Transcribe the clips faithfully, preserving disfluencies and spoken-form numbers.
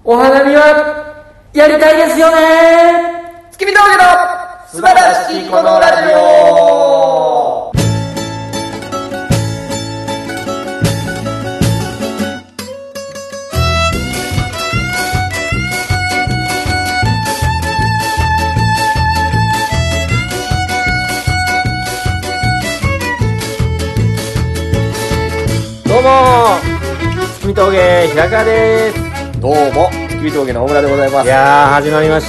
お花見はやりたいですよね。 月見峠の素晴らしきこのラジオ。 どうも月見峠平川です。 どうも月見峠の大村でございます。 いやー始まりました。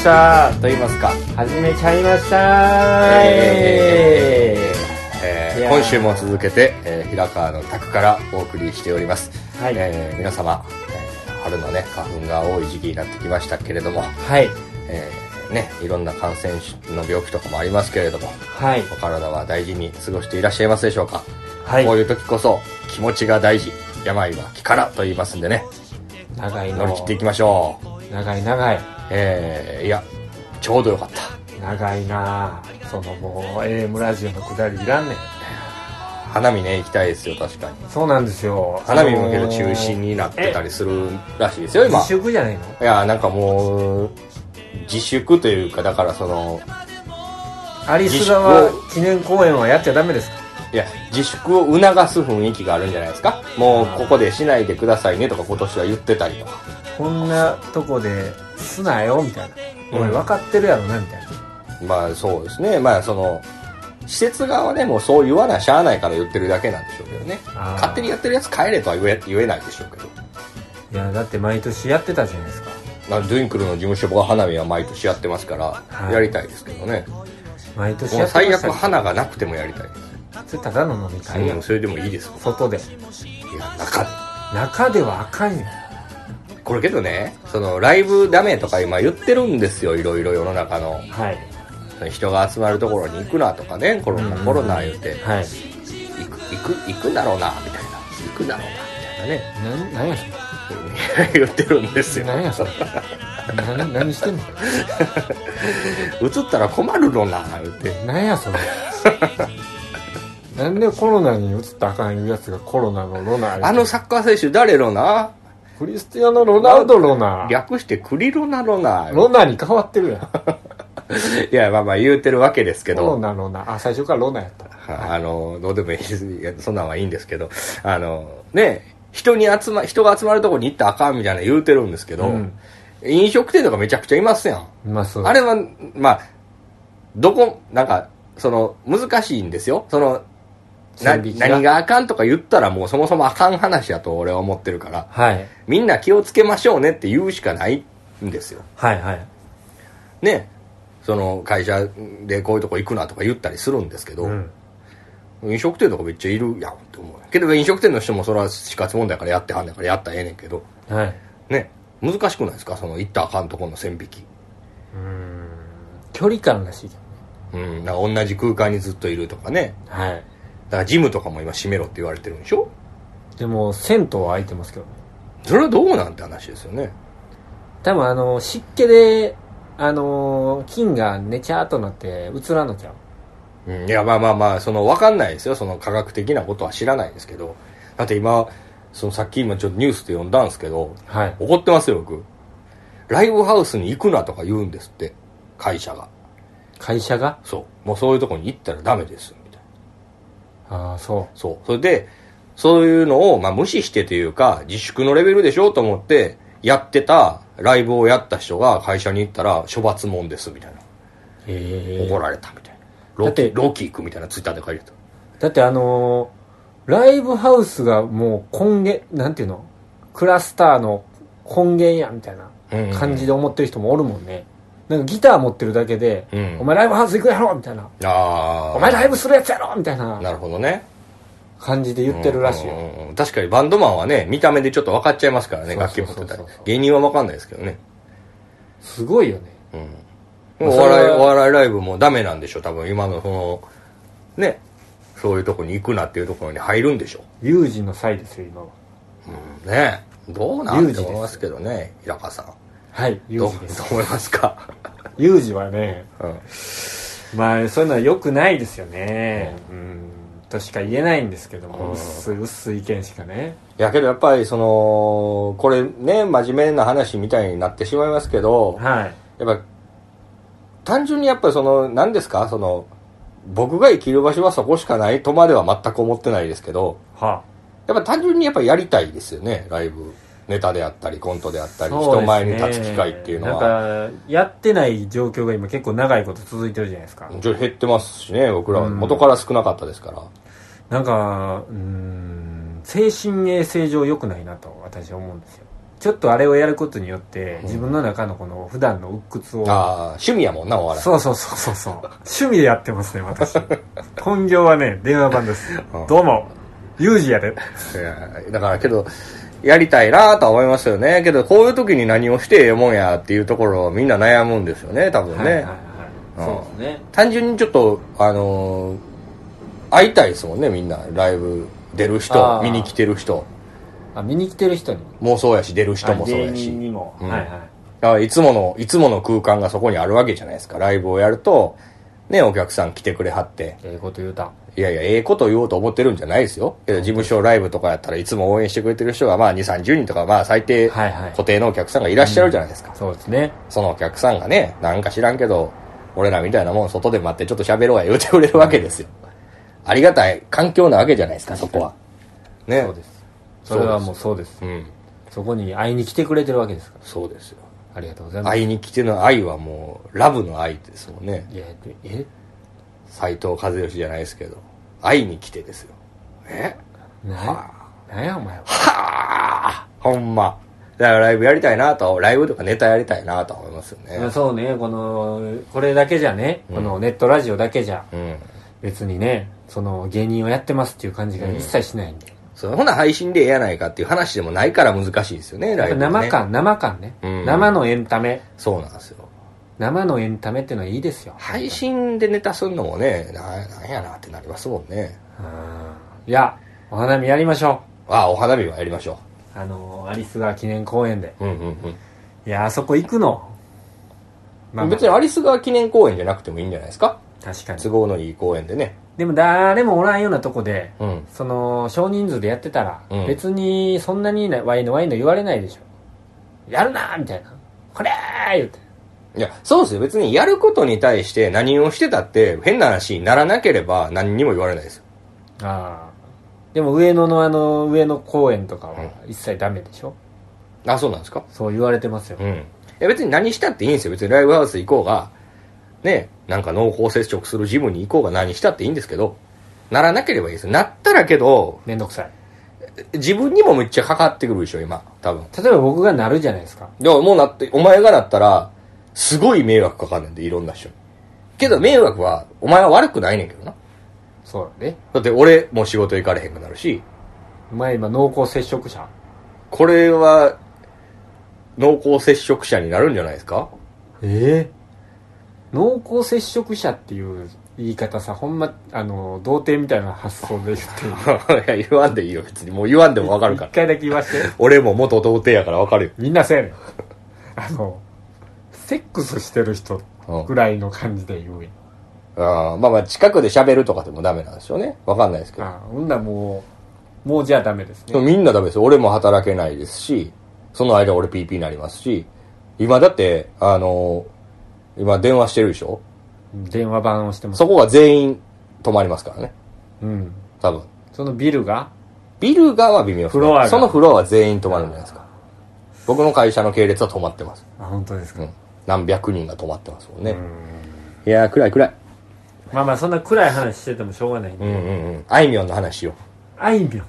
と言いますか始めちゃいましたー。えーえーえー、今週も続けて、えー、平川の宅からお送りしております。はい、えー、皆様、えー、春のね花粉が多い時期になってきましたけれども、はい、えー、ねいろんな感染の病気とかもありますけれども、はい、お体は大事に過ごしていらっしゃいますでしょうか。はい、こういう時こそ気持ちが大事、病は気からと言いますんでね、長いの乗り切っていきましょう。 長い長い、 えー、いやちょうどよかった。 長いなそのもう エーエム ラジオのくだりいらんねん。 花見ね行きたいですよ。確かにそうなんですよ。 花見もけど中止になってたりするらしいですよ今。 自粛じゃないの？ いやなんかもう自粛というか、だからその有栖川記念公園はやっちゃダメですか？ いや自粛を促す雰囲気があるんじゃないですか。もうここでしないでくださいねとか今年は言ってたりとか、 こんなとこですなよみたいな、お前分かってるやろなみたいな、 うん、まあそうですね。まあその施設側はねもうそう言わなしゃあないから言ってるだけなんでしょうけどね。勝手にやってるやつ帰れとは言え、言えないでしょうけど。 いやだって毎年やってたじゃないですか。 ドゥインクルの事務所が花見は毎年やってますから、はい、やりたいですけどね。 毎年やってましたけど、 もう最悪花がなくてもやりたいです。 それただの飲み会やん、 うん、それでもいいです。 外で。いや中で中ではあかんよ。 これけどね、そのライブダメとか今言ってるんですよ。いろいろ世の中の、はい、人が集まるところに行くなとかね、コロナ、うん、コロナ言うて、はい、行く行く行くんだろうなみたいな、行くだろうなみたいなね。 な何やそれ言ってるんですよ。 何やそれ何, 何してんの映ったら困るのな言って。 何やそれなんでコロナに移ったらあかんいうやつがコロナのロナ。 あのサッカー選手誰ロナ？ クリスティアーノ・ロナウドロナ。 略してクリロナロナ。 ロナに変わってるやんいやまあまあ言うてるわけですけど。 コロナロナ。あ、最初からロナやった。 あのどうでもいいです。いやそんなんはいいんですけど、あのね人に集ま人が集まるとこに行ったらあかんみたいな言うてるんですけど、うん、飲食店とかめちゃくちゃいますやん。まあそう。あれはまあどこなんかその難しいんですよ。そのな何があかんとか言ったらもうそもそもあかん話やと俺は思ってるから、はい、みんな気をつけましょうねって言うしかないんですよ。はいはいね、その会社でこういうとこ行くなとか言ったりするんですけど、うん、飲食店とかめっちゃいるやんって思うけど、飲食店の人もそれは死活問題からやってはんねんからやったらええねんけど、はい、ね、難しくないですかその行ったらあかんとこの線引き。 うーん距離感らしいじゃん。うん、なんか同じ空間にずっといるとかね。はい。だからジムとかも今閉めろって言われてるんでしょ。 でも銭湯は空いてますけどね。 それはどうなんて話ですよね。 多分あの湿気であの菌がねちゃーっとなってうつらんのちゃう、うん、いやまあまあまあその分かんないですよ。その科学的なことは知らないですけど、だって今そのさっき今ちょっとニュースで読んだんですけど、はい、怒ってますよ僕。ライブハウスに行くなとか言うんですって、会社が。 会社が？ そうもうそういうとこに行ったらダメですみたいな。ああそうそうそれでそういうのをまあ無視してというか自粛のレベルでしょと思ってやってたライブをやった人が会社に行ったら処罰もんですみたいな。へ怒られたみたいな。ローキーローキー行くみたいなツイッターで書いてた。 だってあのー、ライブハウスがもう根源なんていうのクラスターの根源やみたいな感じで思ってる人もおるもんね。なんかギター持ってるだけで、うん、お前ライブハウス行くやろみたいな、あお前ライブするやつやろみたいな、 なるほどね感じで言ってるらしいよ、 うんうん、確かにバンドマンはね見た目でちょっと分かっちゃいますからね。楽器持ってたり芸人は分かんないですけどね。 すごいよね、 うん、お笑いお笑いライブもダメなんでしょ多分今のそのねそういうとこに行くなっていうところに入るんでしょ。 有事の際ですよ今は、 うん、ねどうなんて思いますけどね。平川さんはい有事です。 どう思いますか有事はね、うん、まあそういうのは良くないですよね、うん、うん、 としか言えないんですけども、うん、薄い薄い意見しかね。 いやけどやっぱりそのこれね真面目な話みたいになってしまいますけど、 はい、 やっぱ単純にやっぱりその何ですか、その僕が生きる場所はそこしかないとまでは全く思ってないですけど、 はあ、 やっぱ単純にやっぱやりたいですよね、ライブネタであったりコントであったり、人前に立つ機会っていうのは。 なんかやってない状況が今結構長いこと続いてるじゃないですか。 ちょっと減ってますしね、僕らは元から少なかったですから、うん、 なんかうーん精神衛生上良くないなと私は思うんですよ。ちょっとあれをやることによって自分の中のこの普段の鬱屈を、うん、 ああ趣味やもんなお笑い。 そうそうそうそうそう趣味でやってますね私本業はね電話番です、うん、どうもユージやで。 いやだからけどやりたいなとは思いますよね。けどこういう時に何をしてええもんやっていうところをみんな悩むんですよね多分ね。はいはいはい、うん、 そうですね。 単純にちょっとあのー、会いたいですもんね、みんなライブ出る人、見に来てる人、 あ見に来てる人にもうそうやし出る人もそうやし、 芸人にも、うん、はいはい。 だからいつものいつもの空間がそこにあるわけじゃないですか。ライブをやるとね、お客さん来てくれはって、 ええこと言うた。 いやいやええこと言おうと思ってるんじゃないですよ。けど事務所ライブとかやったらいつも応援してくれてる人がまあにじゅう、さんじゅうにんとかまあ最低固定のお客さんがいらっしゃるじゃないですか、 うん、そうですね。 そのお客さんがね、なんか知らんけど俺らみたいなもん外で待ってちょっと喋ろうや言うてくれるわけですよ、うん、ありがたい環境なわけじゃないですか、そこはね。 そうです。それはもうそうです。うん、そこに会いに来てくれてるわけですから。 そうですよ。 ありがとうございます。 会いに来ての愛はもうラブの愛ですもんね。 いやえ斉藤和義じゃないですけど会いに来てですよ。えなはあ、なんやお前は。 はあほんまだからライブやりたいなと、ライブとかネタやりたいなと思いますよね。 そうね、このこれだけじゃね、うん、このネットラジオだけじゃ、うん、別にねその芸人をやってますっていう感じが一切しないんで、うん、 そうほな配信でええやないかっていう話でもないから難しいですよね、ライブね。 生感生感ね、うん、生のエンタメ。 そうなんですよ。 生のエンタメっていうのはいいですよ。 配信でネタすんのもね、ななんやなってなりますもんね。 うん、いやお花見やりましょう。ああお花見はやりましょう。あのアリス川記念公園で、 うんうんうん、 いやあそこ行くの、 まあまあ、別にアリス川記念公園じゃなくてもいいんじゃないですか。 確かに都合のいい公園でね。 でも誰もおらんようなとこで、 うん、 その少人数でやってたら、うん、別にそんなにワイのワイの言われないでしょ。やるなーみたいな、これー言うて。 いやそうですよ。別にやることに対して何をしてたって変な話にならなければ何にも言われないですよ。 ああでも上野のあの上野公園とかは一切ダメでしょ、 うん、あそうなんですか。 そう言われてますよ、 うん、いや別に何したっていいんですよ。別にライブハウス行こうがね、なんか濃厚接触するジムに行こうが何したっていいんですけど、ならなければいいですよ。なったらけどめんどくさい。 自分にもめっちゃかかってくるでしょ今多分。 例えば僕がなるじゃないですか。 でももうなってお前がなったらすごい迷惑かかるんで、いろんな人に。けど迷惑はお前は悪くないねんけどな。 そうだね。 だって俺も仕事行かれへんくなるし。 お前今濃厚接触者。 これは濃厚接触者になるんじゃないですか。 ええー、濃厚接触者っていう言い方さ、ほんまあの童貞みたいな発想で言っていや言わんでいいよ別に。もう言わんでも分かるから。 一回だけ言わして。 俺も元童貞やから分かるよ。 みんなせえねんあのセックスしてる人ぐらいの感じで言うやん。 あまあまあ近くで喋るとかでもダメなんですよね。わかんないですけど。 あほんならもうもうじゃあダメですね。 みんなダメですよ。俺も働けないですし、その間俺 ピーピー になりますし、今だってあのー、今電話してるでしょ。 電話番をしてます。 そこが全員止まりますからね。うん多分。 そのビルがビルがは微妙ですね。フロアがそのフロアは全員止まるんじゃないですか。僕の会社の系列は止まってます。 あ本当ですか、うん、 何百人が止まってますもんね。うんいやー暗い暗い。 まあまあそんな暗い話しててもしょうがないんで、 うんうんうん、あいみょんの話しよう。 あいみょん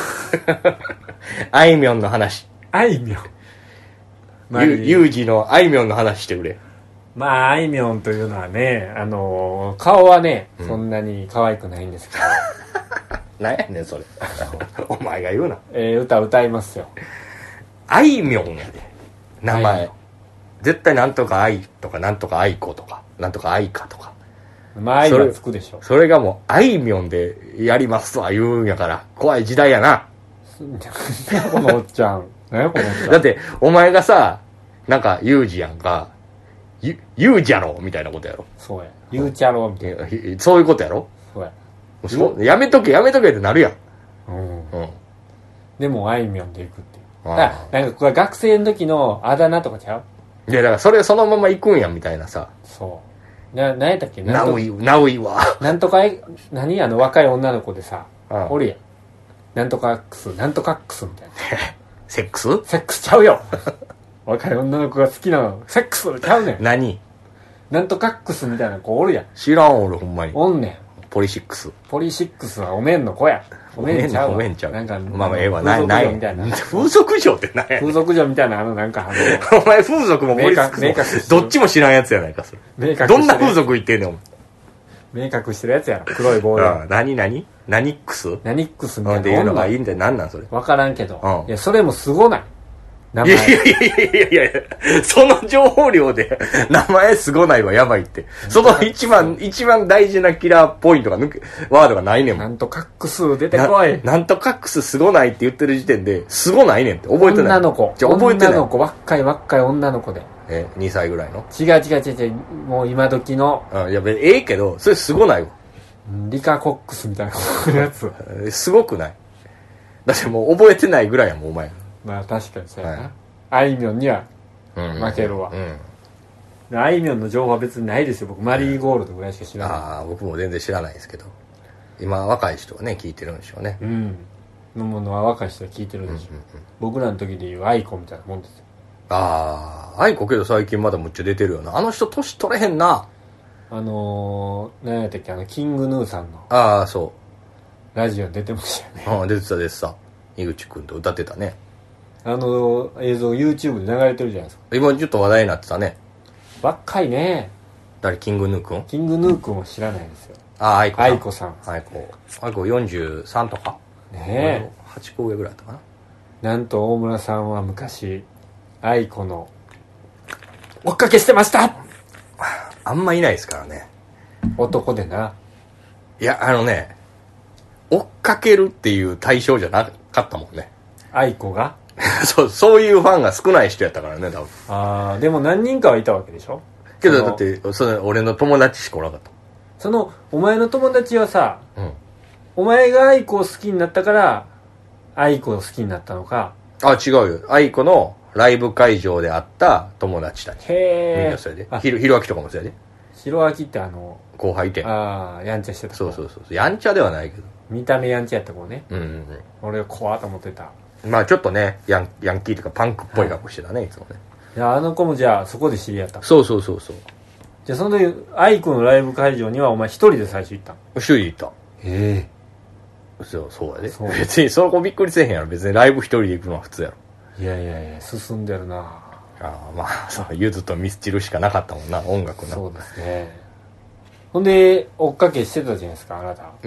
あいみょんの話。 あいみょん、 まあ、ゆゆうじのあいみょんの話してくれ。 まああいみょんというのはね、あのー、顔はね、うん、そんなに可愛くないんですけどなんやねんそれお前が言うな。 えー、歌歌いますよ。 あいみょんやで名前。絶対なんとかあいとかなんとかあいことかなんとかあいかとか、 まあ愛がつくでしょ。 それがもうあいみょんでやりますとは言うんやから怖い時代やなこのおっちゃん何やこのおっちゃん。 だってお前がさなんかユージやんか、ゆユージャロみたいなことやろ。 そうやユーチャロみたいな、 そういうことやろ。 そうやそやめとけやめとけってなるやん。うん。 うん。でもあいみょんで行くっていう。だからなんかこれ学生の時のあだ名とかちゃう？いやだからそれそのまま行くんやみたいなさ。 そう。な、なんやったっけ？ なうい、なういわ。 なんとかえ、何あの若い女の子でさ、ああおるやん。なんとかックス、なんとかックスみたいな。 セックス？ セックスちゃうよ。若い女の子が好きなの、セックスちゃうねん。 何？ なんとかックスみたいな子おるやん。 知らん俺ほんまに。 おんねん。 ポリシックス。 ポリシックスはお面の子や。お面ちゃうわ。 お面ちゃう。 なんか、 まあまあええわ、ない、ない。風俗嬢って何やねん。 風俗嬢みたいな、あのなんかあの。お前風俗もポリシックスも、どっちも知らんやつやないか、それ。どんな風俗行ってんねん、お前。明確してるやつやろ、黒いボール。 何何何ックス何ックスみたいな。 っていうのがいいんだよ。何なんそれ。 わからんけど。いや、それもすごない。 名前。いやいやいやいやいやいや、その情報量で名前すごないわやばいって。その一番、一番大事なキラーポイントが抜け、ワードがないねんもん。 なんとカックス出てこい。 な, なんとカックスすごないって言ってる時点で、すごないねんって覚えてない。 女の子。 じゃ覚えてない。 女の子、若い若い女の子で。 え、にさいぐらいの？ 違う違う違う違う、もう今時の。 うん、いや、ええけど、それすごないわ。 リカコックスみたいなやつ。 すごくない？だってもう覚えてないぐらいやもん、お前。 まあ確かにそうやな。はい、あいみょんには負けるわ、うんうん、あいみょんの情報は別にないですよ僕。マリーゴールドぐらいしか知らない。 ああ僕も全然知らないですけど、今若い人はね聞いてるんでしょうね。 うんのものは若い人は聞いてるでしょう、うんうんうん、僕らの時でいうアイコみたいなもんですよ。 ああアイコけど最近まだむっちゃ出てるよな。あの人年取れへんな。 あのー、何やったっけ、あのキングヌーさんのああそうラジオに出てましたよね。 ああ出てた出てた。井口くんと歌ってたね。 あの映像 YouTube で流れてるじゃないですか。 今ちょっと話題になってたね。 若いね。 誰？キングヌーくん？ キングヌーくんは知らないですよ。 ああ、アイコさん。 アイコさん。 アイコ。アイコよんじゅうさんとかねえ。 はちこ上ぐらいだったかな。なんと大村さんは昔アイコの追っかけしてました。 あんまいないですからね。 男でな。 いや、あのね、追っかけるっていう対象じゃなかったもんね。 アイコがそう、そういうファンが少ない人やったからね、多分。 ああ、でも何人かはいたわけでしょ。 けどだってその俺の友達しかおらなかった。 そのお前の友達はさ、 うん、 お前がアイコを好きになったからアイコを好きになったのか。 あ、違うよ。アイコのライブ会場で会った友達たち。 へえ。 みんなそれで。ひろひろあきとかもそれで。 ひろあきってあの後輩いて。 ああ、やんちゃしてた。 そうそうそう。やんちゃではないけど。 見た目やんちゃやった子ね。 うんうんうん。 俺は怖と思ってた。 まあちょっとね、ヤン、ヤンキーとかパンクっぽい格好してたね、はい、いつもね。 いや、あの子もじゃあそこで知り合った。 そうそうそうそう。 じゃあその時、アイコのライブ会場にはお前一人で最初行ったん？ 一人で行った。 へえ。 そう、そうやで。別にそこびっくりせえへんやろ。別にライブ一人で行くのは普通やろ。 いやいやいや、進んでるな。ああ、まあ、そう、ゆずとミスチルしかなかったもんな、音楽な。 そうですね。ほんで、追っかけしてたじゃないですか、あなた。 うん、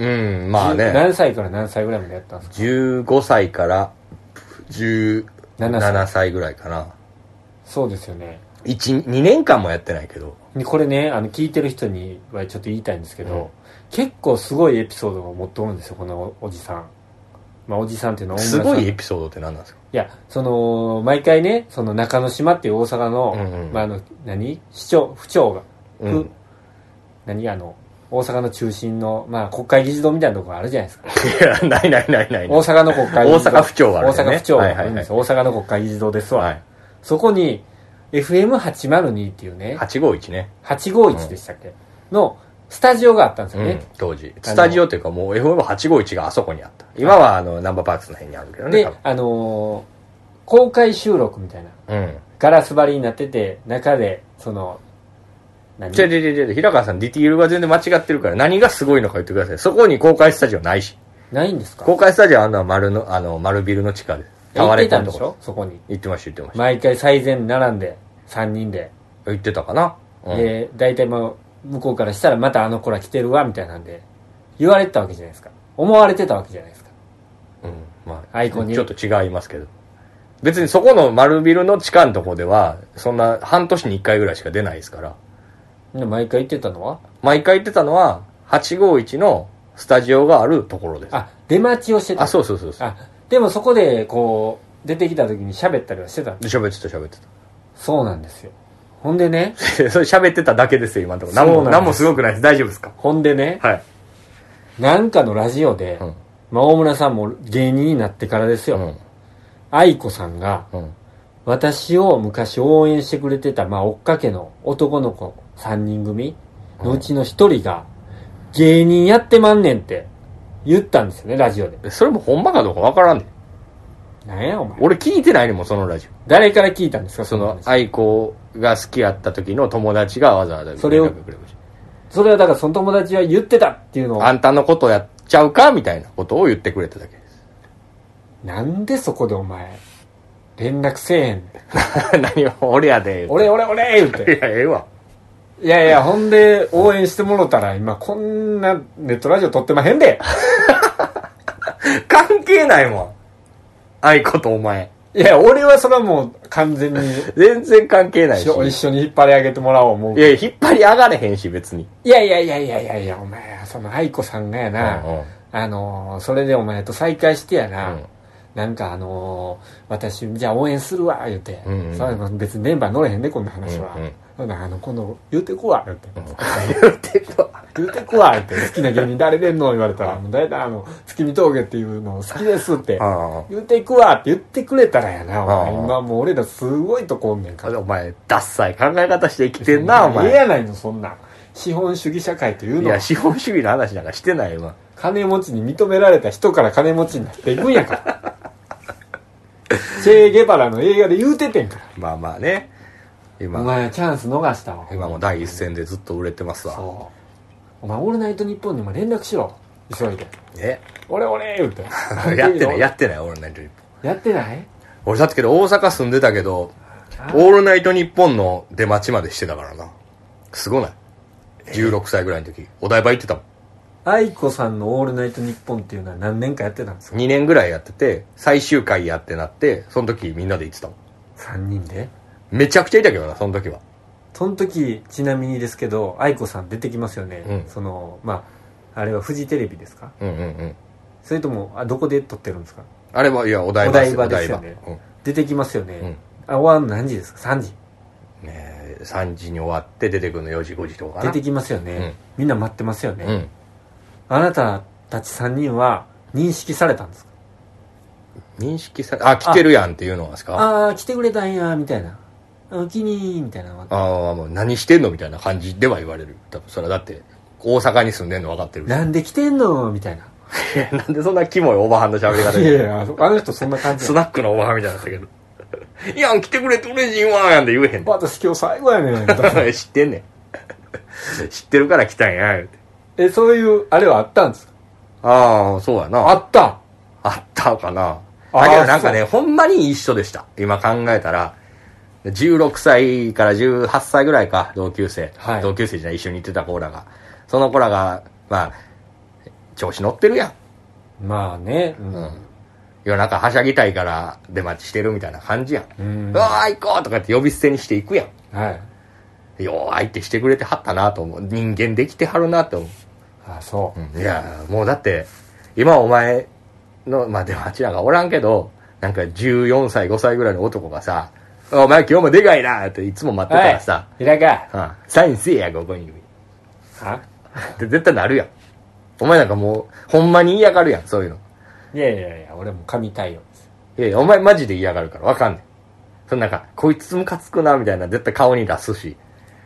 まあね。 何歳から何歳ぐらいまでやったんですか？ じゅうごさいからじゅうななさいぐらいかな。 そうですよね。 いち、にねんかんもやってないけど。 これね、あの、聞いてる人にはちょっと言いたいんですけど、うん、結構すごいエピソードを持っておるんですよ、この お, おじさん。まあ、おじさんっていうのはすごいエピソードって何なんですか？ いや、その、毎回ね、その中之島っていう大阪の、うんうん、まあ、あの、何市長、府庁が、うん、何あの、大阪の中心の、まあ、国会議事堂みたいなところあるじゃないですか。 いや、ないないないない。 大阪の国会議事堂。 大阪府庁があるんですね。 大阪府庁があるんですよ。大阪の国会議事堂ですわ。はい、そこに、エフエムはちまるに っていうね。 はちごいちね。 はちごいちでしたっけ、うん、の、スタジオがあったんですよね。うん、 当時。スタジオっていうかもう エフエムはちごいち があそこにあった。今はあの、ナンバーパークスの辺にあるけどね。 で、あのー、公開収録みたいな。うん。ガラス張りになってて、中で、その、 何ちょちょちょ、平川さんディティールが全然間違ってるから何がすごいのか言ってください。そこに公開スタジオないし。 ないんですか？ 公開スタジオあんのは丸の、あの、丸ビルの地下で。 行ってたんでしょそこに。 行ってました、行ってました。 毎回最前に並んで、さんにんで。 行ってたかな、 うん、で、大体もう、向こうからしたらまたあの子ら来てるわ、みたいなんで、言われてたわけじゃないですか。思われてたわけじゃないですか。 うん、まあ、 アイコンに。 ちょっと違いますけど。別にそこの丸ビルの地下のとこでは、そんな半年にいっかいぐらいしか出ないですから。 で、毎回行ってたのは毎回行ってたのは、はちごいちのスタジオがあるところです。 あ、出待ちをしてた。 あ、そうそうそうそう。 あ、でもそこで、こう、出てきた時に喋ったりはしてたんですか？ 喋ってた、喋ってた。 そうなんですよ。ほんでね。 それ喋ってただけですよ、今のところ。何も、何もすごくないです。大丈夫ですか？ ほんでね。 はい。 なんかのラジオで、うん、まあ、大村さんも芸人になってからですよ、うん、愛子さんが、うん、私を昔応援してくれてた、まあ、追っかけの男の子さんにん組のうちのひとりが、芸人やってまんねんって言ったんですよね、ラジオで。 それもほんまかどうかわからんねん。 なんやお前。 俺聞いてないねんもん、そのラジオ。 誰から聞いたんですか、 その愛子が好きやった時の友達がわざわざそれをくれました。それはだからその友達は言ってたっていうのを、 あんたのことやっちゃうかみたいなことを言ってくれただけです。 なんでそこでお前連絡せえへんねん。何を俺やで俺俺俺言うて。 いやええわ。 いやいや、ほんで応援してもろたら今こんなネットラジオ撮ってまへんで。 関係ないもん、愛子とお前。 いや俺はそれはもう完全に全然関係ないし、 一緒に引っ張り上げてもらおう思う。 いや引っ張り上がれへんし別に。 いやいやいやいやいやいや、お前その愛子さんがやな、うんうん、あのそれでお前と再会してやな、うん、なんかあの私じゃあ応援するわ言うて、うんうん、それ別にメンバー乗れへんでこんな話は、うんうん、ほなあの今度言うてくわ言うて、うん、言うてくわ言うてくわって好きな芸人誰出んの言われたら、もう大体あの月見峠っていうの好きですって言うてくわって言ってくれたらやな、お前今もう俺らすごいとこおんねんから。 お前ダッサい考え方して生きてんなお前。 ええやないのそんな資本主義社会というのは。 いや資本主義の話なんかしてないわ。 金持ちに認められた人から金持ちになっていくんやからチェーゲバラの映画で言うててんから。 まあまあね、 今お前チャンス逃したわ。 今も第一線でずっと売れてますわ。 そうお前オールナイトニッポンにも連絡しろ急いで。 え俺俺言うてやってないやってないオールナイトニッポンやってない。 俺だってけど大阪住んでたけどオールナイトニッポンの出待ちまでしてたからな。すごない。じゅうろくさいぐらいの時お台場行ってたもん。 愛子さんのオールナイトニッポンっていうのは何年かやってたんですか。 にねんぐらいやってて最終回やってなってその時みんなで行ってたもん。 さんにんでめちゃくちゃいたけどなその時は。 その時ちなみにですけど愛子さん出てきますよね、うん、そのまああれはフジテレビですか。 うんうんうん。 それともあどこで撮ってるんですか。 あれはいやお台場です。お台場ですよね、 うん、出てきますよね、うん、あ終わるの何時ですか。さんじねえさんじに終わって出てくるのよじごじとかかな。 出てきますよね、うん、みんな待ってますよね、 うん、 あなたたちさんにんは認識されたんですか。 認識されあ来てるやんっていうのですか。 ああ来てくれたんやみたいなお気にみたいな。 ああもう何してんのみたいな感じでは言われる。多分それはだって大阪に住んでんの分かってるし。 なんで来てんのみたいな。 なんでそんなキモいおばはんの喋り方。 いやいやあの人そんな感じ。 スナックのおばはんみたいなったけどいやん来てくれて嬉しいわやんで言えへん。 私今日最後やねん知ってんねん知ってるから来たんや言うて。 えそういうあれはあったんですか。 ああそうやな。 あったあったかな。あけどなんかねほんまにいい人でした。今考えたらじゅうろくさいからじゅうはっさいぐらいか同級生、はい、同級生じゃない一緒に行ってた子らがその子らがまあ調子乗ってるやん。まあね、 うん、夜中はしゃぎたいから出待ちしてるみたいな感じやん。うんうわー行こうとかって呼び捨てにしていくやん。 はいよう相手してくれてはったなと思う。人間できてはるなと思う。 ああそう、 うん、いやもうだって今お前のまあ出待ちなんかおらんけどなんかじゅうよんさいごさいぐらいの男がさお前今日もでかいなっていつも待ってたらさ、 平か、 うん、サインせえやここにはって絶対なるやん。お前なんかもうほんまに嫌がるやんそういうの。 いやいやいや俺も神対応です。 いやいやお前マジで嫌がるからわかんねん。そんなんかこいつムカつくなみたいな絶対顔に出すし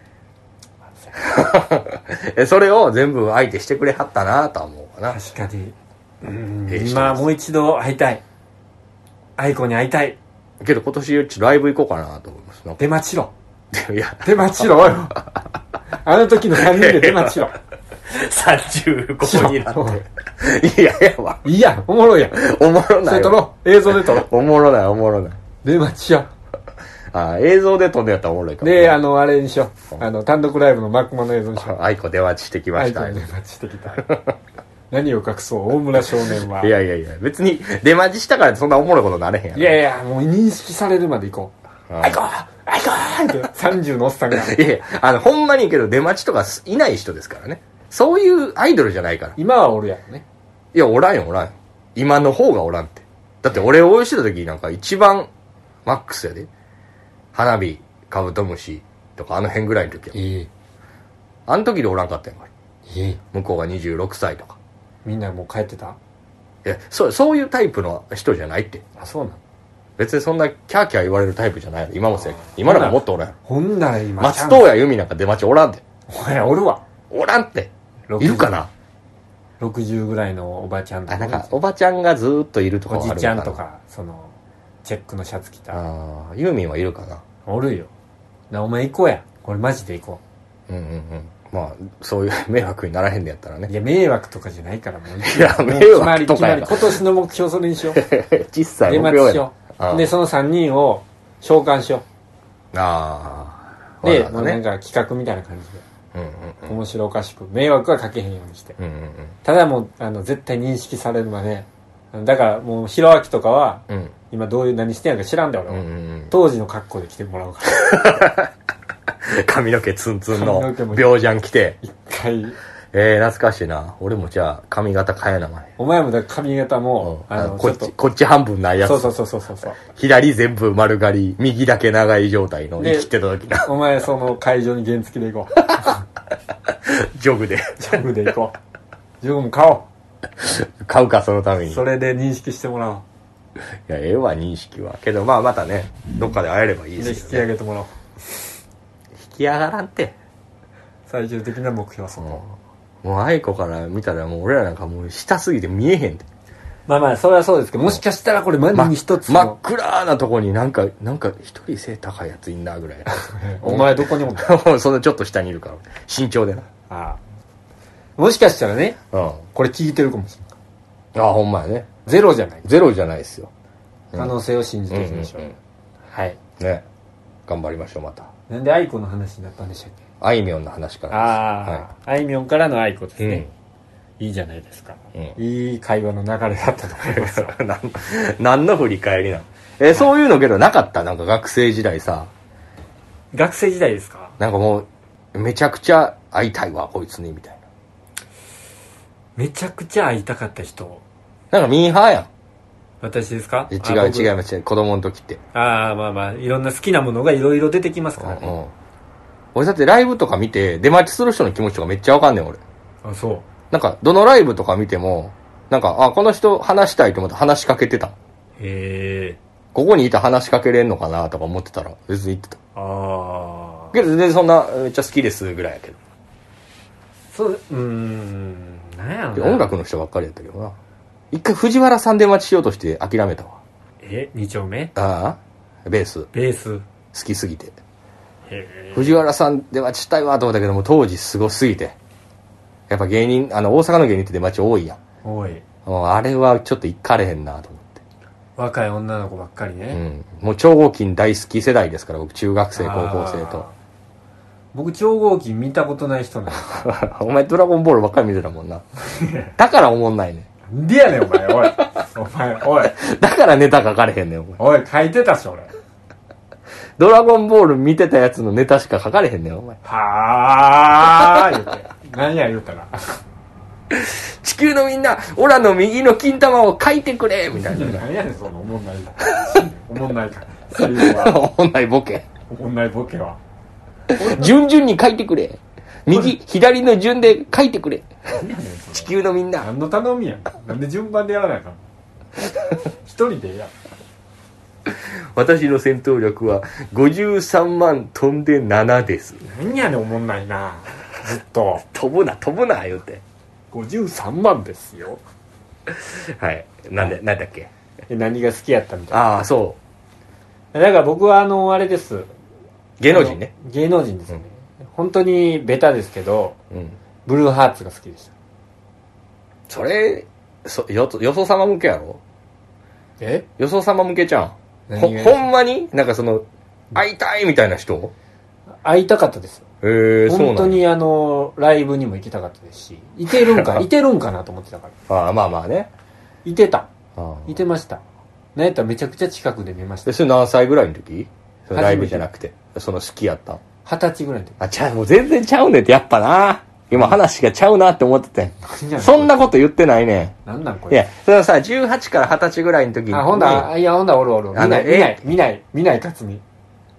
それを全部相手してくれはったなとは思うかな。 確かにうん今もう一度会いたい。愛子に会いたいけど今年うちライブ行こうかなと思います。 出待ちろいや出待ちろおいあの時のさんにんで出待ちろさんじゅうごになっていやいやわいやおもろいやん。 おもろないそれ撮ろう映像で撮ろうおもろないおもろない出待ちよ。 あ映像で撮んでやったらおもろいかも。 であのあれにしようあの単独ライブのマクマの映像にしよう。 愛子出待ちしてきました。 愛子出待ちしてきた何を隠そう大村少年は。 いやいやいや別に出待ちしたからそんなおもろいことなれへんやん。 いやいやもう認識されるまで行こう。愛子愛子ってさんじゅうのおっさんがいやいやあのほんまにいいけど出待ちとかいない人ですからね。そういうアイドルじゃないから。 今はおるやろね。 いやおらんよおらんよ。今の方がおらんって。だって俺応援してた時なんか一番マックスやで。花火カブトムシとかあの辺ぐらいの時や、 えー、 あの時でおらんかったんやから、 えー、 向こうがにじゅうろくさいとかみんなもう帰ってた？ いや、そうそういうタイプの人じゃないって。 あ、そうなの？ 別にそんなキャーキャー言われるタイプじゃないの。今もせ今なんかもっとおらん。 ほんなら今松任谷由実なんか出待ちおらんで。 おや、おるわ。 おらんっているかな。 ろくじゅうぐらいのおばちゃんとか。 あ、なんかおばちゃんがずーっといるとかあるのかな。 おじちゃんとか、そのチェックのシャツ着た。 ああ、ユーミンはいるかな。 おるよ。な、お前行こうや。これマジで行こう。うんうんうん。まあそういう迷惑にならへんでやったらね。 いや、迷惑とかじゃないからもう。 いや、迷惑とかやな。 今年の目標それにしよう。 小さい目標や。 しよう。でそのさんにんを召喚しよう。ああ。で、もうなんか企画みたいな感じで。うんうんうん、面白おかしく迷惑はかけへんようにして、うんうんうん、ただもうあの絶対認識されるまで、だからもうひろあきとかは、うん、今どういう何してんのか知らんだよ俺は、うんうんうん、当時の格好で来てもらうから髪の毛ツンツンの病ジャン着て一回えー、懐かしいな。俺もじゃあ髪型変えなまね。 お前もだ髪型も、 うん、あのこっちこっち半分ないやつ。 そうそうそうそうそう。 左全部丸刈り、右だけ長い状態の生きてた時な。 お前その会場に原付で行こう。 ジョグで。 ジョグで行こう。ジョグも買おう。 買うかそのために。 それで認識してもらおう。 いや、ええわ認識は。けどまあまたね、どっかで会えればいいですよね。 で引き上げてもらおう。 引き上がらんて。 最終的な目標はそこ。 うんもう愛子から見たらもう俺らなんかもう下すぎて見えへんで。 まあまあそれはそうですけど、もしかしたらこれ前に一つの、ま、真っ暗なとこになんかなんか一人背高いやついんなぐらいお前どこにもそのちょっと下にいるから身長でな。 ああもしかしたらね、うん、これ聞いてるかもしれない。 ああほんまやね。 ゼロじゃないゼロじゃないですよ。 可能性を信じていきましょう、うんうんうん、はいね頑張りましょう。またなんで愛子の話になったんでしたっけ。 あいみょんの話からです。 ああ、はい、あいみょんからの愛子ですね、うん、いいじゃないですか、うん、いい会話の流れだったと思いますよ何の振り返りなの。えー、そういうのけどなかった。なんか学生時代さ。 学生時代ですか。 なんかもうめちゃくちゃ会いたいわこいつにみたいな。 めちゃくちゃ会いたかった人。 なんかミーハーやん。 私ですか。 違う違います子供の時って。 ああまあまあいろんな好きなものがいろいろ出てきますからね、うんうん、 俺だってライブとか見て出待ちする人の気持ちとかめっちゃわかんねん俺。 あそう。 なんかどのライブとか見てもなんかあこの人話したいと思って話しかけてた。へえ。 ここにいたら話しかけれんのかなとか思ってたら別に言ってた。ああけど全然そんなめっちゃ好きですぐらいやけど。 そううーんなんやろな。 音楽の人ばっかりやったけどな。一回藤原さん出待ちしようとして諦めたわ。 えに丁目。 ああベースベース好きすぎて。藤原さん出待ちしたいわと思ったけども当時すごすぎてやっぱ芸人あの大阪の芸人って出待ち多いやん。 多い。 もうあれはちょっと行かれへんなと思って。 若い女の子ばっかりね、 うん、もう超合金大好き世代ですから僕中学生高校生と。 僕超合金見たことない人なんお前ドラゴンボールばっかり見てたもんなだからおもんないねん。なんでやねんお前おいお前おいだからネタ書かれへんねんお前。 おい書いてたし俺ドラゴンボール見てたやつのネタしか書かれへんねんお前。 はー言うて何や言うたら地球のみんなオラの右の金玉を書いてくれみたいな。 何やねんそのおもんないおもんないかおもんないボケおもんないボケは順々に書いてくれ右左の順で書いてくれ地球のみんな。 何の頼みやん。なんで順番でやらないかん一人でや私の戦闘力はごじゅうさんまん飛んでななです。 何やねんおもんないなずっと飛ぶな飛ぶな言うてごじゅうさんまんですよはいなんで何だっけ何が好きやったみたいな。 ああそうだから僕はあのあれです芸能人ね。 芸能人ですね、うん、本当にベタですけど、うん、ブルーハーツが好きでした。 それそよよそ様向けやろ。 えよそ様向けじゃん。ほ, ほんまになんかその会いたいみたいな人会いたかったですよ。 へえそうなん。 本当にあのライブにも行きたかったですしいてるんかいてるんかなと思ってたから。 ああまあまあねいてたいてました。なんやったらめちゃくちゃ近くで見ました。 それ何歳ぐらいの時。そのライブじゃなくてその好きやった二十歳ぐらいの時。 あちゃうもう全然ちゃうねんってやっぱな今話がちゃうなって思っててそんなこと言ってないね。 なんなんこれ。 いやそれはさじゅうはちからはたちぐらいの時にあほんだいやほんだおるおる見ない見ない見ない見ない勝美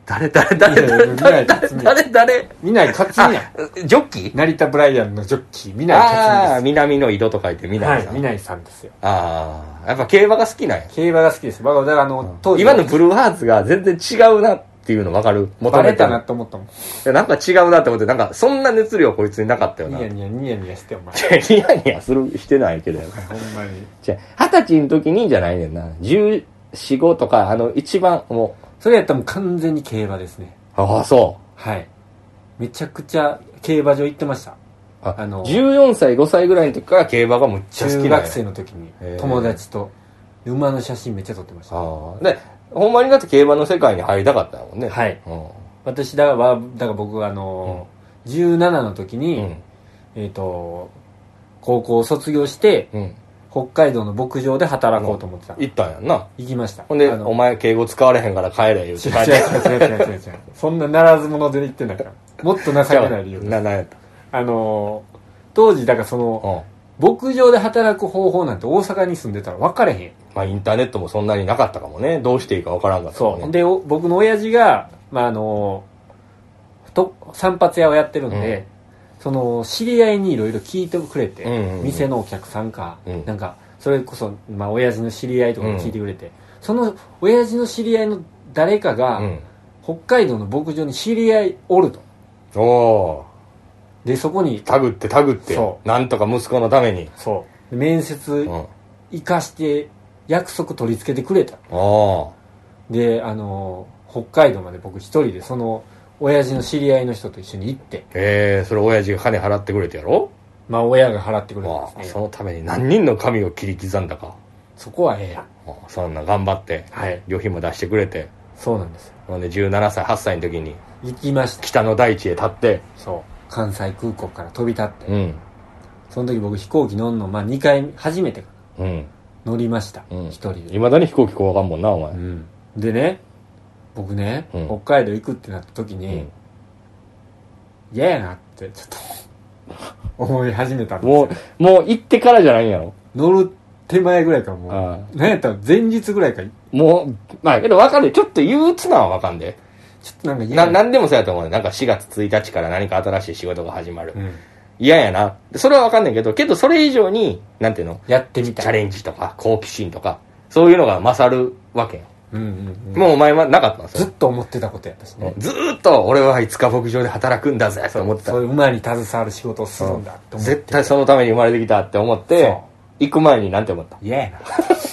誰誰誰誰誰誰誰南勝美やジョッキー成田ブライアンのジョッキー南勝美です。 ああ南の井戸と書いて南さん、 はい、南さんですよ。 ああやっぱ競馬が好きなんや。 競馬が好きです。だからあの、うん、 当時今のブルーハーツが全然違うなっていうの分かる。 バレたなと思ったもん。いやなんか違うなって思って、なんかそんな熱量こいつになかったよな。 ニヤニヤニヤニヤしてお前ニヤニヤするしてないけどほんまにじゃあ二十歳の時にじゃないねんな、じゅうよん、ごとかあの一番もうそれやったらもう完全に競馬ですね。 ああそうはいめちゃくちゃ競馬場行ってました。 ああのじゅうよんさいごさいぐらいの時から競馬がむっちゃ好きな中学生の時に友達と馬の写真めっちゃ撮ってました。 あでほんまにだって競馬の世界に入りたかったもんね。 はい、うん、私だからだから僕はあの、うん、じゅうななの時に、うん、えっ、ー、と高校を卒業して、うん、北海道の牧場で働こうと思ってた、うん、 行ったんやんな。 行きました。 ほんでお前敬語使われへんから帰れ言うて帰って。 違う違う違う違う違う違うそんなならず者で言ってないからもっと情けない理由です。 ななんやったあの当時だからその、うん、牧場で働く方法なんて大阪に住んでたら分かれへん。 まあインターネットもそんなになかったかもね。どうしていいか分からんかったもんね。 そうで僕の親父が、まあ、あのと散髪屋をやってるんで、うん、その知り合いにいろいろ聞いてくれて、うんうんうん、店のお客さんか、うん、なんかそれこそ、まあ、親父の知り合いとかに聞いてくれて、うん、その親父の知り合いの誰かが、うん、北海道の牧場に知り合いおると。 おーでそこにタグってタグってなんとか息子のためにそう面接行かして約束取り付けてくれた。 あであの北海道まで僕一人でその親父の知り合いの人と一緒に行って。 えー、それ親父が金払ってくれてやろ。 まあ親が払ってくれたんですね。 そのために何人の神を切り刻んだか。 そこはええやん。 そんな頑張って、 はい、 旅費も出してくれて。 そうなんですよ。 ほんでじゅうななさいはっさいの時に行きました。 北の大地へ立って。 そう関西空港から飛び立って、 うん、 その時僕飛行機乗んの、まあ、にかい初めてかな、 うん、 乗りました、 うん、 一人で。 いまだに飛行機怖がんもんなお前、 うん、でね僕ね、うん、北海道行くってなった時に嫌、うん、やなってちょっと思い始めたんですよ。 もうもう行ってからじゃないんやろ。 乗る手前ぐらいかもうあ何やったら前日ぐらいかもうまあけど分かる。ちょっと憂鬱なのは分かんで。 ちょっとなんか嫌な。なんでもそうやと思うね。なんかしがつついたちから何か新しい仕事が始まる。嫌、うん、やな。それは分かんないけど、けどそれ以上に、なんていうのやってみたい。 チャレンジとか、好奇心とか、そういうのが勝るわけよ。 うんうんうん、 もうお前はなかったんですよ。 ずっと思ってたことやったしね。 ずーっと俺はいつか牧場で働くんだぜと思ってた。 そういう馬に携わる仕事をするんだって思って。 絶対そのために生まれてきたって思って、行く前になんて思った？ 嫌やな。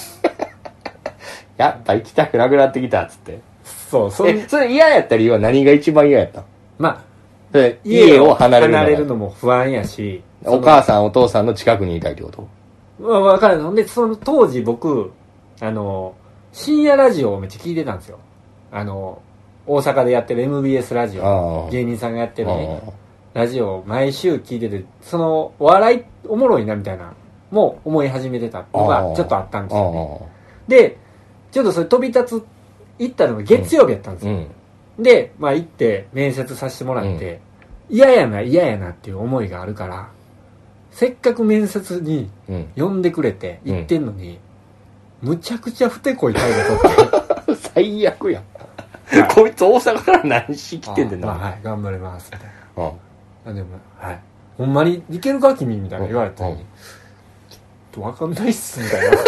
やっぱ行きたくなくなってきたっつって。 そうそえそれ嫌やった理由は何が一番嫌やった？ まあ家を離れるの離れるのも不安やし、 お母さんお父さんの近くにいたいってこと？ まあ分かるので、その当時僕あの深夜ラジオをめっちゃ聞いてたんですよ。あの大阪でやってる エムビーエス ラジオ、芸人さんがやってるねラジオを毎週聞いてて、そのお笑いおもろいなみたいなも思い始めてたのがちょっとあったんですよね。でちょっとそれ飛び立つ行ったのが月曜日やったんですよ、うんうん、で、まあ、行って面接させてもらって嫌、うん、やな嫌やなっていう思いがあるから、せっかく面接に呼んでくれて行ってんのに、うん、むちゃくちゃふてこい態度取って最悪やん、はい、こいつ大阪から何し来てんねんな。 あ、まあ、はい、頑張りますみたいな、うん、でも、はい、ほんまに行けるか君みたいな言われたのに、うん、ちょっと分かんないっすみたいな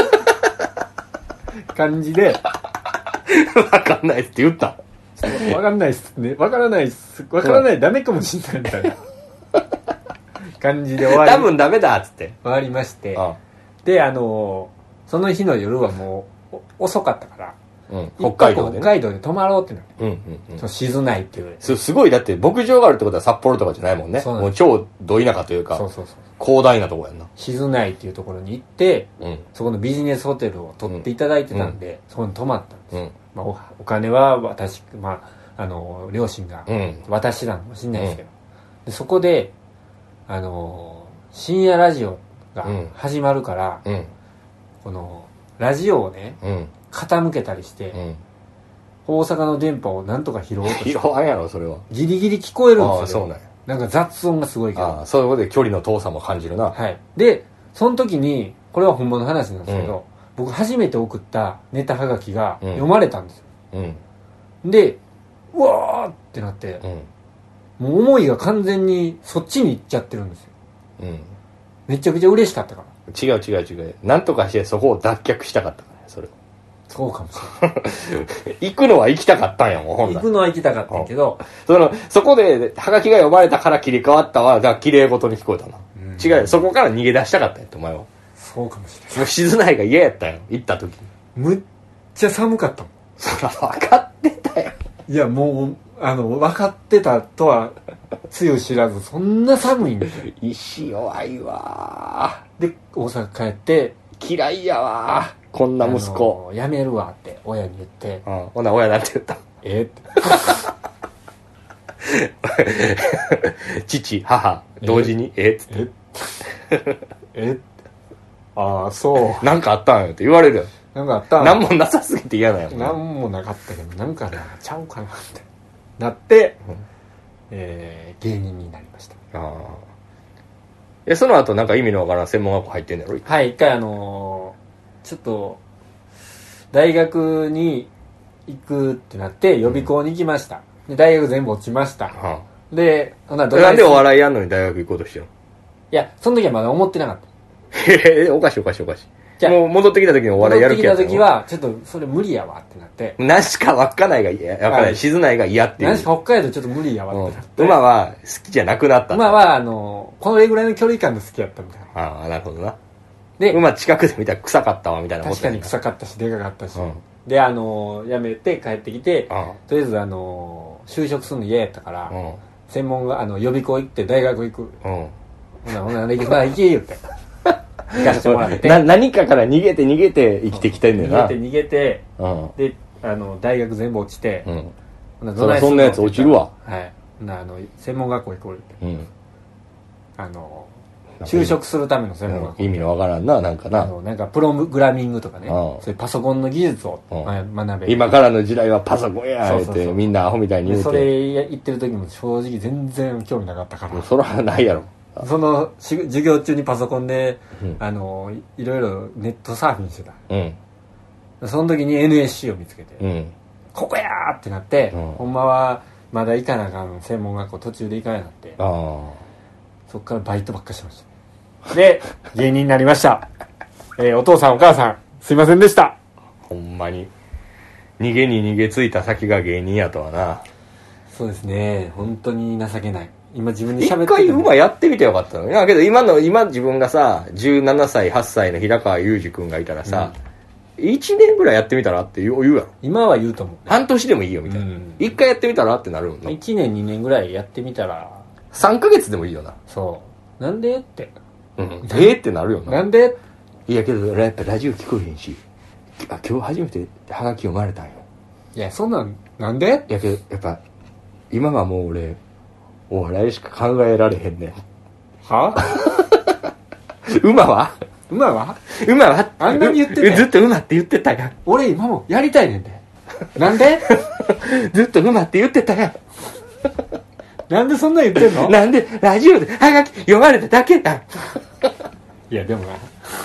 感じで分かんないっすって言った。 分かんないっすね、分からないっす、分からない、ダメかもしれないみたいな感じで終わり、 多分ダメだっつって終わりまして、ああであのその日の夜はもう遅かったから、 うん、北海道で、ね、 北海道で泊まろうってなって、 うんうんうん、 その静内っていう、 す, すごいだって牧場があるってことは札幌とかじゃないもんね。もう超ど田舎というか、 そうそうそう、 広大なとこやんな。 静内っていうところに行って、うん、そこのビジネスホテルを取っていただいてたんで、うん、そこに泊まったんです、うん、まあ、お, お金は私、まあ、あの両親が渡してたのかもしれないですけど、うん、でそこであの深夜ラジオが始まるから、うん、このラジオをね、うん、傾けたりして、うん、大阪の電波をなんとか拾おうとして、 拾わんやろそれは。 ギリギリ聞こえるんですよ。ああ、 そうなんや。 なんか雑音がすごいけど、 ああ、そういうことで距離の遠さも感じるな。 はい。でその時にこれは本物の話なんですけど、うん、僕初めて送ったネタはがきが読まれたんですよ、うん、でうわーってなって、うん、もう思いが完全にそっちに行っちゃってるんですよ、うん、めちゃくちゃ嬉しかったから。 違う違う違う、なんとかしてそこを脱却したかったからね、それ。 そうかもしれない行くのは行きたかったんやもん、ほんなら。 行くのは行きたかったんやけど、 そのそこでハガキが読まれたから切り替わったわが綺麗事に聞こえたな、うん、違うよ、そこから逃げ出したかったんやって、お前は。 そうかもしれない。 もう静内が嫌やったよ、行った時に。 むっちゃ寒かったもん。 そら分かってたよ。 いやもうあの分かってたとはつゆ知らず、そんな寒いんですよ。 石弱いわ。 で大阪帰って嫌いやわこんな息子、 やめるわって親に言って、 うん、ほな親なんて言った？ えって父母同時にえっつってええああそうなんかあったんよって言われるよ。 なんかあったんなんもなさすぎて嫌だよ。 なんもなかったけどなんかなちゃうかなってなって、うん、えー、芸人になりました。ああ。 えその後なんか意味のわからん専門学校入ってんだろ。 はい、一回あのー、ちょっと大学に行くってなって予備校に行きました、うん、で大学全部落ちました、はあ、でほななんでお笑いやんのに大学行こうとしてるの？ いやその時はまだ思ってなかった。 へへおかしいおかしいおかしい。じゃもう戻ってきた時にお笑いやる気やったの？ 戻ってきた時はちょっとそれ無理やわってなって、 何しか稚内が嫌、稚内静内が嫌っていう、 何しか北海道ちょっと無理やわってなって、 うん、馬は好きじゃなくなった。 馬はあのこのぐらいの距離感で好きやったみたいな。 ああなるほどな。で馬近くで見たら臭かったわみたいなこと。 確かに臭かったしでかかったし、うん、であの辞めて帰ってきて、うん、とりあえずあの就職するの嫌やったから、うん、専門があの予備校行って大学行く、うん、ほなほな行け行け言って行かしてもらってな何かから逃げて逃げて生きてきてんねんな。 逃げて逃げて、うん、であの大学全部落ちて、うん、 ほなそ, そんなやつ落ちるわ。 はいなあの専門学校行こうって、うん、あの就職するための専門学校、 意味のわからんななんかな、 あのなんかプログラミングとかね、そういうパソコンの技術を学べる。 今からの時代はパソコンやーってみんなアホみたいに言うて、 それ言ってる時も正直全然興味なかったから。 それはないやろ。 その授業中にパソコンで、うん、あのいろいろネットサーフィンしてた、うん、その時に エヌエスシー を見つけて、うん、ここやーってなって、うん、ほんまはまだ行かなあかん専門学校途中で行かなくなって、あそっからバイトばっかしましたで芸人になりました、えー、お父さんお母さんすいませんでした。 ほんまに逃げに逃げついた先が芸人やとはな。 そうですね本当に情けない。今自分で喋って一回馬やってみてよかったの。いやけど今の今自分がさじゅうななさいはっさいの平川祐二君がいたらさ、うん、いちねんぐらいやってみたらって言うやろ。 今は言うと思う、ね、 半年でもいいよみたいな、うん、いっかいやってみたらってなるの。 いちねんにねんぐらいやってみたらさんかげつでもいいよな。 そうなんでって、 うん、えー、ってなるよな。 なんでいやけどやっぱラジオ聞こえへんしあ今日初めてハガキ読まれたんよ。 いやそんなんなんでいやけどやっぱ今はもう俺お笑いしか考えられへんねん。 は馬は馬は馬はあんなに言ってたずっと馬って言ってたやん。 俺今もやりたいねんで。なんでずっと馬って言ってたやん。 なんでそんな言ってんの。 なんでラジオでハガキ読まれただけやん。 いやでもな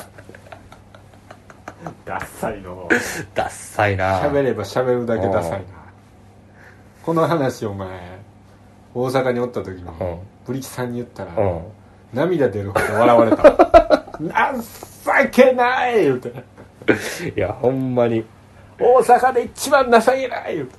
ダッサいのダッサいな。 喋れば喋るだけダサいな。この話お前大阪におった時に、うん、ブリキさんに言ったら、うん、涙出るほど笑われた。情けない言うて。 いやほんまに大阪で一番情けない言うて。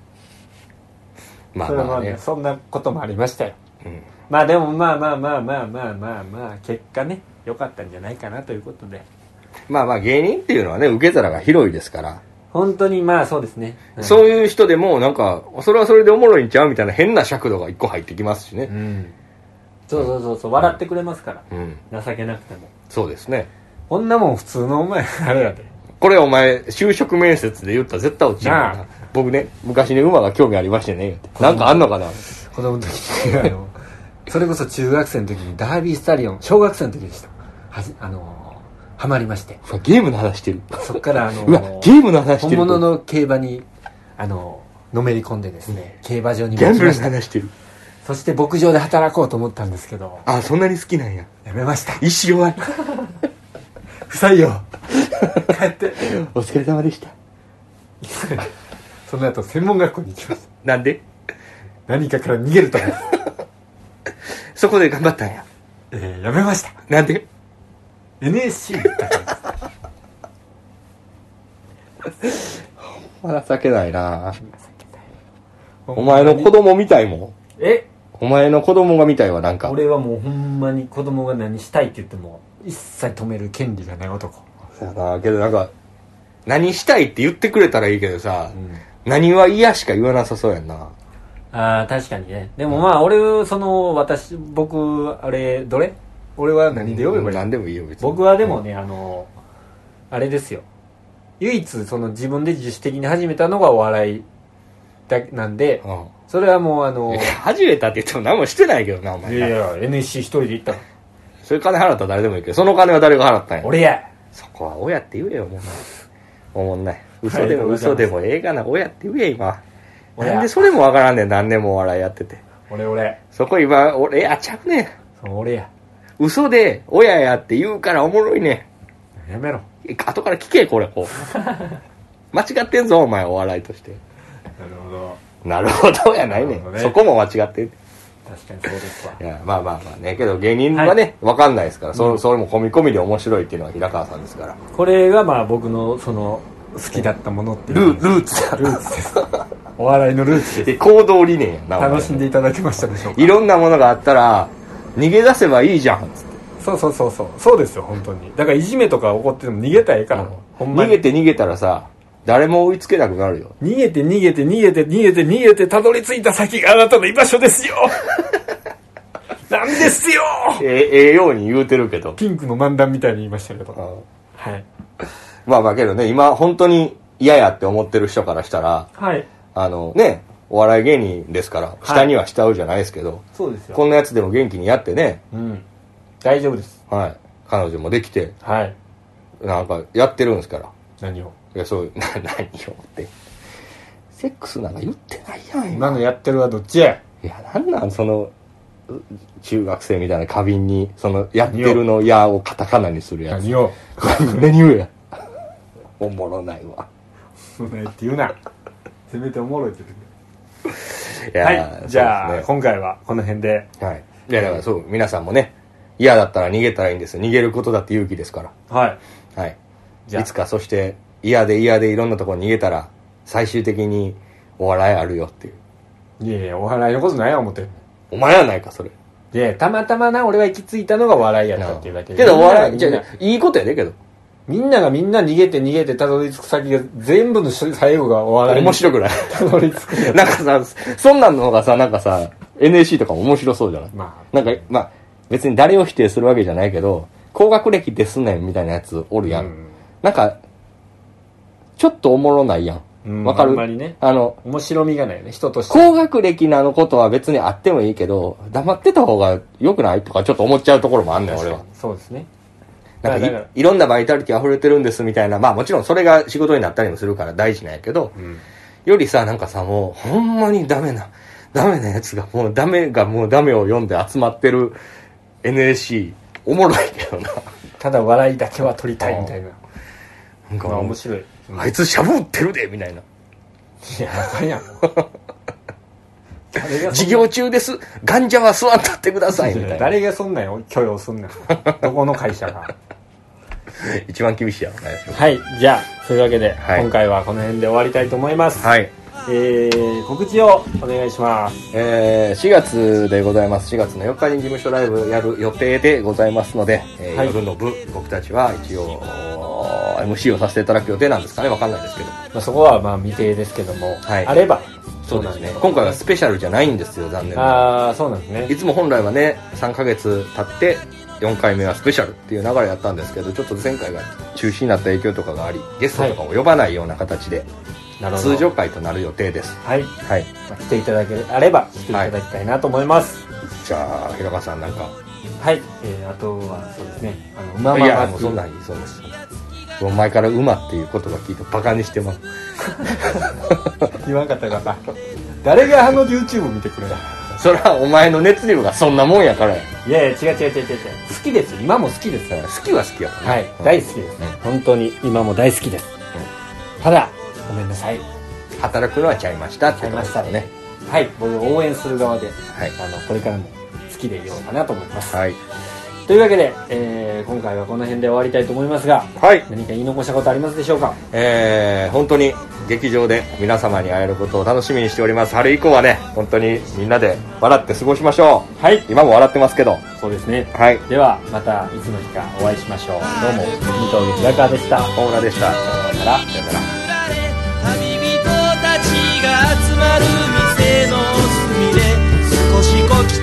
まあまあね、 そんなこともありましたよ、うん、まあでもまあまあまあまあまあまあまあ結果ね良かったんじゃないかなということで。 まあまあ芸人っていうのはね受け皿が広いですから本当にまあそうですね、 うん、そういう人でもなんかそれはそれでおもろいんちゃうみたいな変な尺度が一個入ってきますしね、うん、 そうそうそうそう、うん、笑ってくれますから、うん、情けなくても。 そうですね。 こんなもん普通のお前あれやで。 これお前就職面接で言ったら絶対落ちるからな。僕ね昔ね馬が興味ありましてねなんかあんのかな子供の時にあのそれこそ中学生の時にダービースタリオン小学生の時でしたはじあのハマりまして。 ゲームの話してる。 そっからあのうわゲームの話してる。 本物の競馬にあののめり込んでですね、うん、競馬場にギャンブルの話してる。 そして牧場で働こうと思ったんですけど、 あそんなに好きなんや。 やめました。 意志弱い。 不採用。帰って。 お疲れ様でした。 その後専門学校に行きました。 なんで？ 何かから逃げるためそこで頑張ったんや。 えー、やめました。 なんで？ エヌエスシー だからほんま情けないな。お前の子供みたいもん。 え？ お前の子供が見たいわ。なんか俺はもうほんまに子供が何したいって言っても一切止める権利がない男。 そうやな。けどなんか何したいって言ってくれたらいいけどさ、うん、何は嫌しか言わなさそうやんな。 ああ確かにね。でもまあ俺その私僕あれどれ？俺は何で呼べばいい？ 何でもいいよ別に。 僕はでもね、うん、あのあれですよ。唯一その自分で自主的に始めたのがお笑いだなんで、うん、それはもうあの始めたって言っても何もしてないけどなお前。 いやいや エヌエスシー 一人で行ったの。 それ金払ったら誰でもいいけど、その金は誰が払ったんや。 俺や。 そこは親って言えよもう。思んない。嘘でも嘘でもええかな親って言え今。なんでそれもわからんねん。何年もお笑いやってて。 俺俺。 そこ今俺やっちゃうねん。 そう俺や。 嘘で親やって言うからおもろいねん。やめろ。 後から聞けこれこう。間違ってんぞお前お笑いとして。 なるほど。 なるほどやないねん、ね、そこも間違ってん。 確かにそうですわ。 いやまあまあまあねけど芸人はね、はい、分かんないですから、うん、そ, それも込み込みで面白いっていうのは平川さんですから。 これがまあ僕のその好きだったものっていうル, ルーツルーツですお笑いのルーツです。 行動理念やな。 楽しんでいただけましたでしょうか。 いろんなものがあったら逃げ出せばいいじゃんつって。 そうそうそうそうそうですよ本当に。だからいじめとか起こってても逃げたらええから、うん、 ほんまに逃げて逃げたらさ誰も追いつけなくなるよ。 逃げて逃げて逃げて逃げて逃げてたどり着いた先があなたの居場所ですよなんですよ。 ええええように言うてるけどピンクの漫談みたいに言いましたけど、はい。 まあまあけどね今本当に嫌やって思ってる人からしたら、 はい、 あのねお笑い芸人ですから下には慕うじゃないですけど、はい、 そうですよ。 こんなやつでも元気にやってね、 うん、大丈夫です。 はい。彼女もできて、 はい。 なんかやってるんですから。 何を？ いやそうな何をってセックスなんか言ってないやん。 今のやってるはどっちや？ いやなんなんその中学生みたいな花瓶にそのやってるのやをカタカナにするやつ。 何を？ 何をや？おもろないわ。 おもろないって言うな。せめておもろいって言ってくれ。はい。じゃあ、ね、今回はこの辺で。 はい。いやだからそう皆さんもね嫌だったら逃げたらいいんですよ。逃げることだって勇気ですから。 はい。 はい。じゃあいつかそして嫌で嫌でいろんなところに逃げたら最終的にお笑いあるよっていう。 いやいやお笑いのことないや思って。 お前はないかそれ。 いやたまたまな俺は行き着いたのが笑いやったっていうだけで。 けどお笑いじゃいいことやでけど。 みんながみんな逃げて逃げてたどり着く先が全部の最後がお笑い面白くないたどり着くやつなんかさそんなんの方がさなんかさ エヌエスシー とかも面白そうじゃない、まあ、なんかまあ別に誰を否定するわけじゃないけど高学歴ですねんみたいなやつおるやん、うん、なんかちょっとおもろないやんわ、うん、かる。あんまりねあの面白みがないよね人として。 高学歴なのことは別にあってもいいけど黙ってた方が良くないとかちょっと思っちゃうところもあんねん俺は。 そうですね。 なんか い, いろんなバイタリティ溢れてるんですみたいなまあもちろんそれが仕事になったりもするから大事なんやけど、うん、よりさなんかさもうほんまにダメなダメなやつがもうダメがもうダメを読んで集まってる エヌエスシー おもろいけどな。 ただ笑いだけは取りたいみたいな。 なんか面白い。 あいつしゃぶってるでみたいな。 いやあかんやん。 授業中ですガンジャは座ってってくださいみたいな。 誰がそんなん許容すんねんどこの会社が一番厳しいやろね。 はいじゃあそういうわけで、はい、今回はこの辺で終わりたいと思います。 はい。 えー、告知をお願いします。 えー、しがつでございます。しがつのよっかに事務所ライブやる予定でございますので、えーはい、夜の部僕たちは一応 エムシー をさせていただく予定なんですかねわかんないですけど、まあ、そこはまあ未定ですけども、はい、あればそうですね。今回はスペシャルじゃないんですよ残念ながら。 ああそうなんですね。 いつも本来はねさんかげつ経ってよんかいめはスペシャルっていう流れやったんですけどちょっと前回が中止になった影響とかがありゲストとかを呼ばないような形で、はい、通常回となる予定です。 はい、はい、まあ、来ていただけあれば来ていただきたいなと思います、 はい、じゃあ平川さんなんかはい、えー、あとはそうですねあの馬場いやもうそんなんいいそうです。お前から馬っていう言葉聞いてバカにしてます言わんかったよかった誰があの YouTube 見てくれたそれはお前の熱量がそんなもんやからや。 いやいや違う違う違う違う好きですよ今も好きですから。 好きは好きやから、ね、 はい、うん、大好きです、うん、本当に今も大好きです、うん、ただごめんなさい働くのはちゃいましたってちゃいましたね。はい、僕応援する側で、はい、あのこれからも好きでいようかなと思います。はい。というわけで、えー、今回はこの辺で終わりたいと思いますが、はい、何か言い残したことありますでしょうか？ えー、本当に劇場で皆様に会えることを楽しみにしております。春以降はね、本当にみんなで笑って過ごしましょう。はい。今も笑ってますけど。 そうですね。はい。ではまたいつの日かお会いしましょう。どうも二刀流平川でした。 大村でした。さよなら。さよなら。旅人たちが集まる店の隅で少しこき